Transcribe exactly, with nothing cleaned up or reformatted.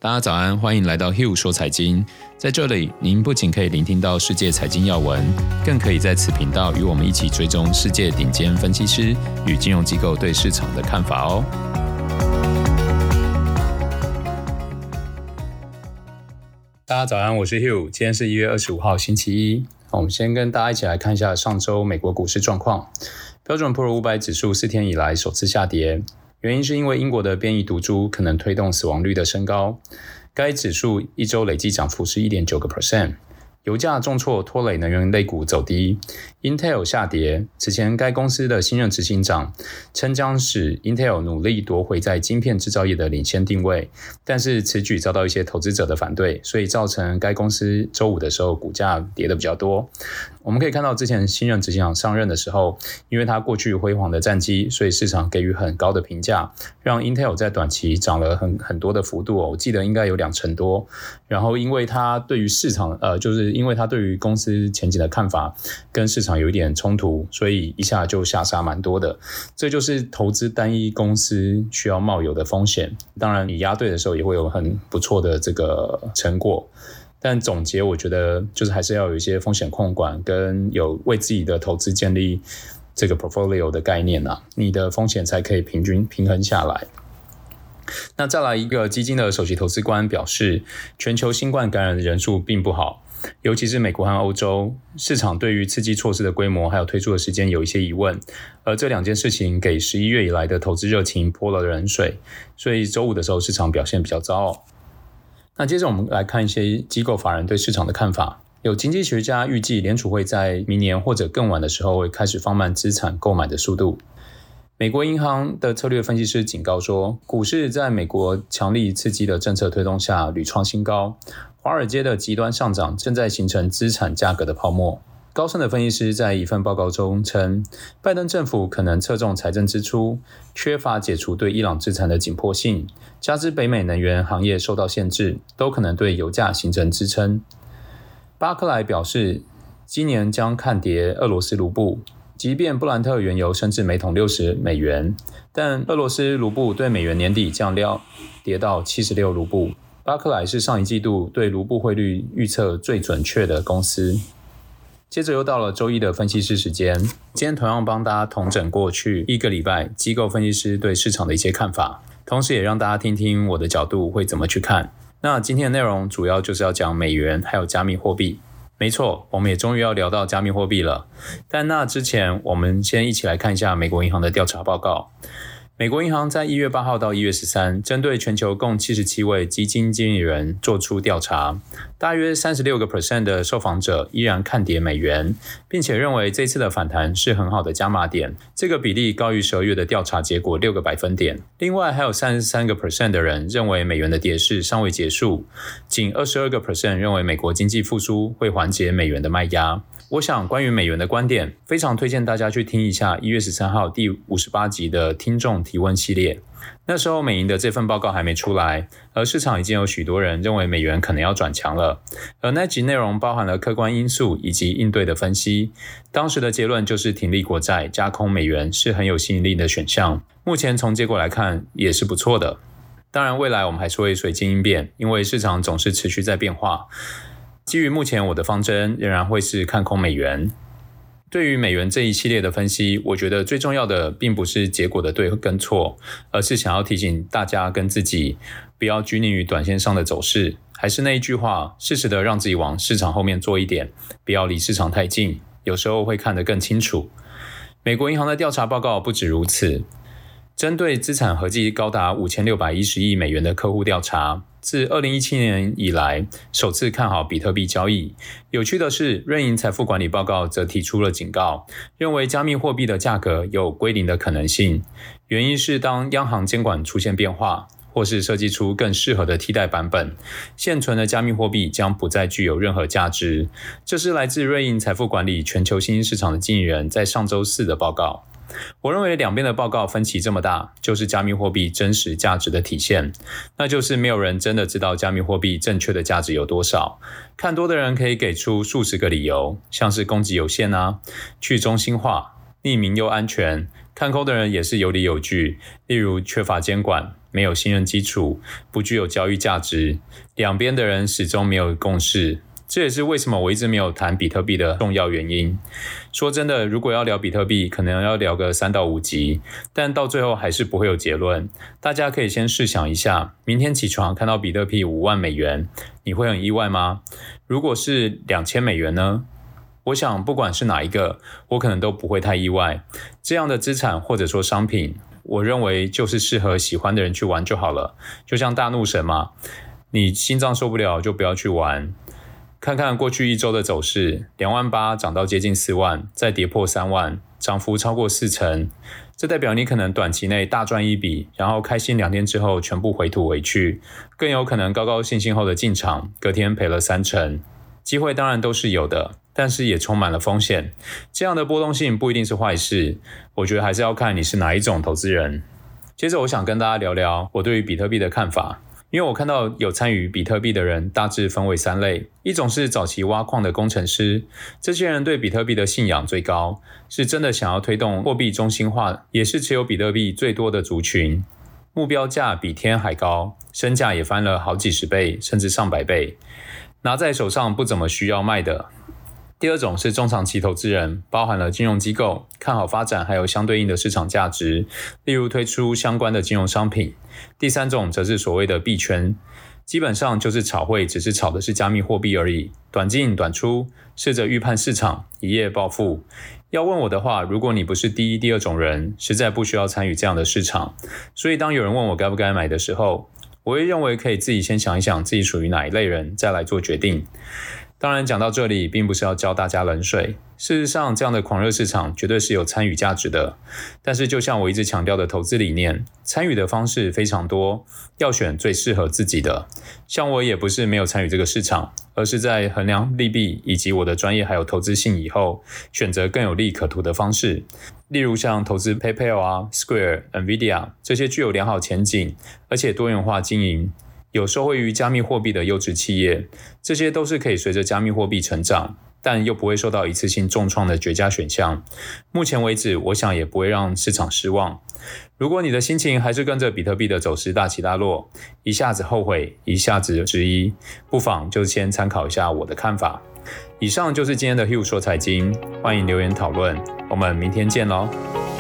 大家早安，欢迎来到 Hugh 说财经。在这里，您不仅可以聆听到世界财经要闻，更可以在此频道与我们一起追踪世界顶尖分析师与金融机构对市场的看法哦。大家早安，我是 Hugh， 今天是一月二十五号星期一。我们先跟大家一起来看一下上周美国股市状况。标准普尔五百指数四天以来首次下跌，原因是因为英国的变异毒株可能推动死亡率的升高。该指数一周累计涨幅是 百分之一点九。油价重挫拖累能源类股走低 Intel 下跌，此前该公司的新任执行长称将使 Intel 努力夺回在晶片制造业的领先定位，但是此举遭到一些投资者的反对，所以造成该公司周五的时候股价跌得比较多。我们可以看到之前新任执行长上任的时候，因为他过去辉煌的战绩，所以市场给予很高的评价，让 Intel 在短期涨了很很多的幅度、哦、我记得应该有两成多。然后因为他对于市场呃，就是因为他对于公司前景的看法跟市场有一点冲突，所以一下就下杀蛮多的。这就是投资单一公司需要冒有的风险。当然你押对的时候也会有很不错的这个成果。但总结我觉得就是还是要有一些风险控管跟有为自己的投资建立这个 portfolio 的概念啊，你的风险才可以平均平衡下来。那再来一个基金的首席投资官表示，全球新冠感染的人数并不好，尤其是美国和欧洲，市场对于刺激措施的规模还有推出的时间有一些疑问，而这两件事情给十一月以来的投资热情泼了冷水，所以周五的时候市场表现比较糟哦。那接着我们来看一些机构法人对市场的看法。有经济学家预计联储会在明年或者更晚的时候会开始放慢资产购买的速度。美国银行的策略分析师警告说，股市在美国强力刺激的政策推动下屡创新高，华尔街的极端上涨正在形成资产价格的泡沫。高盛的分析师在一份报告中称，拜登政府可能侧重财政支出，缺乏解除对伊朗制裁的紧迫性，加之北美能源行业受到限制，都可能对油价形成支撑。巴克莱表示，今年将看跌俄罗斯卢布，即便布兰特原油升至每桶六十美元，但俄罗斯卢布对美元年底将跌到七十六卢布。巴克莱是上一季度对卢布汇率预测最准确的公司。接着又到了周一的分析师时间，今天同样帮大家统整过去一个礼拜机构分析师对市场的一些看法，同时也让大家听听我的角度会怎么去看。那今天的内容主要就是要讲美元还有加密货币。没错，我们也终于要聊到加密货币了，但那之前我们先一起来看一下美国银行的调查报告。美国银行在一月八号到一月十三针对全球共七十七位基金经理人做出调查，大约 百分之三十六 的受访者依然看跌美元，并且认为这次的反弹是很好的加码点，这个比例高于十二月的调查结果六个百分点。另外还有 百分之三十三 的人认为美元的跌势尚未结束，仅 百分之二十二 认为美国经济复苏会缓解美元的卖压。我想关于美元的观点，非常推荐大家去听一下一月十三号第五十八集的听众提问系列。那时候美银的这份报告还没出来，而市场已经有许多人认为美元可能要转强了，而那集内容包含了客观因素以及应对的分析。当时的结论就是挺立国债加空美元是很有吸引力的选项，目前从结果来看也是不错的。当然未来我们还是会随机应变，因为市场总是持续在变化。基于目前我的方针仍然会是看空美元。对于美元这一系列的分析，我觉得最重要的并不是结果的对跟错，而是想要提醒大家跟自己不要拘泥于短线上的走势。还是那一句话，适时的让自己往市场后面坐一点，不要离市场太近，有时候会看得更清楚。美国银行的调查报告不止如此，针对资产合计高达五千六百一十亿美元的客户调查，自二零一七年以来首次看好比特币交易。有趣的是，瑞银财富管理报告则提出了警告，认为加密货币的价格有归零的可能性，原因是当央行监管出现变化，或是设计出更适合的替代版本，现存的加密货币将不再具有任何价值。这是来自瑞银财富管理全球新兴市场的经理人在上周四的报告。我认为两边的报告分歧这么大，就是加密货币真实价值的体现，那就是没有人真的知道加密货币正确的价值有多少。看多的人可以给出数十个理由，像是供给有限啊、去中心化、匿名又安全、 看空的人也是有理有据，例如缺乏监管、没有信任基础、不具有交易价值，两边的人始终没有共识。这也是为什么我一直没有谈比特币的重要原因。说真的，如果要聊比特币，可能要聊个三到五集，但到最后还是不会有结论。大家可以先试想一下，明天起床看到比特币五万美元，你会很意外吗？如果是两千美元呢？我想不管是哪一个，我可能都不会太意外。这样的资产或者说商品，我认为就是适合喜欢的人去玩就好了。就像大怒神嘛，你心脏受不了就不要去玩。看看过去一周的走势，两万八涨到接近四万，再跌破三万，涨幅超过四成。这代表你可能短期内大赚一笔，然后开心两天之后全部回吐回去，更有可能高高兴兴后的进场，隔天赔了三成。机会当然都是有的，但是也充满了风险。这样的波动性不一定是坏事，我觉得还是要看你是哪一种投资人。接着我想跟大家聊聊我对于比特币的看法。因为我看到有参与比特币的人大致分为三类，一种是早期挖矿的工程师，这些人对比特币的信仰最高，是真的想要推动货币中心化，也是持有比特币最多的族群，目标价比天还高，身价也翻了好几十倍甚至上百倍，拿在手上不怎么需要卖的。第二种是中长期投资人，包含了金融机构，看好发展还有相对应的市场价值，例如推出相关的金融商品。第三种则是所谓的币圈，基本上就是炒汇，只是炒的是加密货币而已，短进短出，试着预判市场，一夜暴富。要问我的话，如果你不是第一、第二种人，实在不需要参与这样的市场。所以当有人问我该不该买的时候，我会认为可以自己先想一想自己属于哪一类人，再来做决定。当然讲到这里并不是要浇大家冷水，事实上这样的狂热市场绝对是有参与价值的，但是就像我一直强调的投资理念，参与的方式非常多，要选最适合自己的。像我也不是没有参与这个市场，而是在衡量利弊以及我的专业还有投资性以后，选择更有利可图的方式。例如像投资 PayPal 啊、Square、Nvidia 这些具有良好前景而且多元化经营，有受惠于加密货币的优质企业，这些都是可以随着加密货币成长，但又不会受到一次性重创的绝佳选项。目前为止，我想也不会让市场失望。如果你的心情还是跟着比特币的走势大起大落，一下子后悔，一下子质疑，不妨就先参考一下我的看法。以上就是今天的 Hugh 说财经，欢迎留言讨论，我们明天见咯。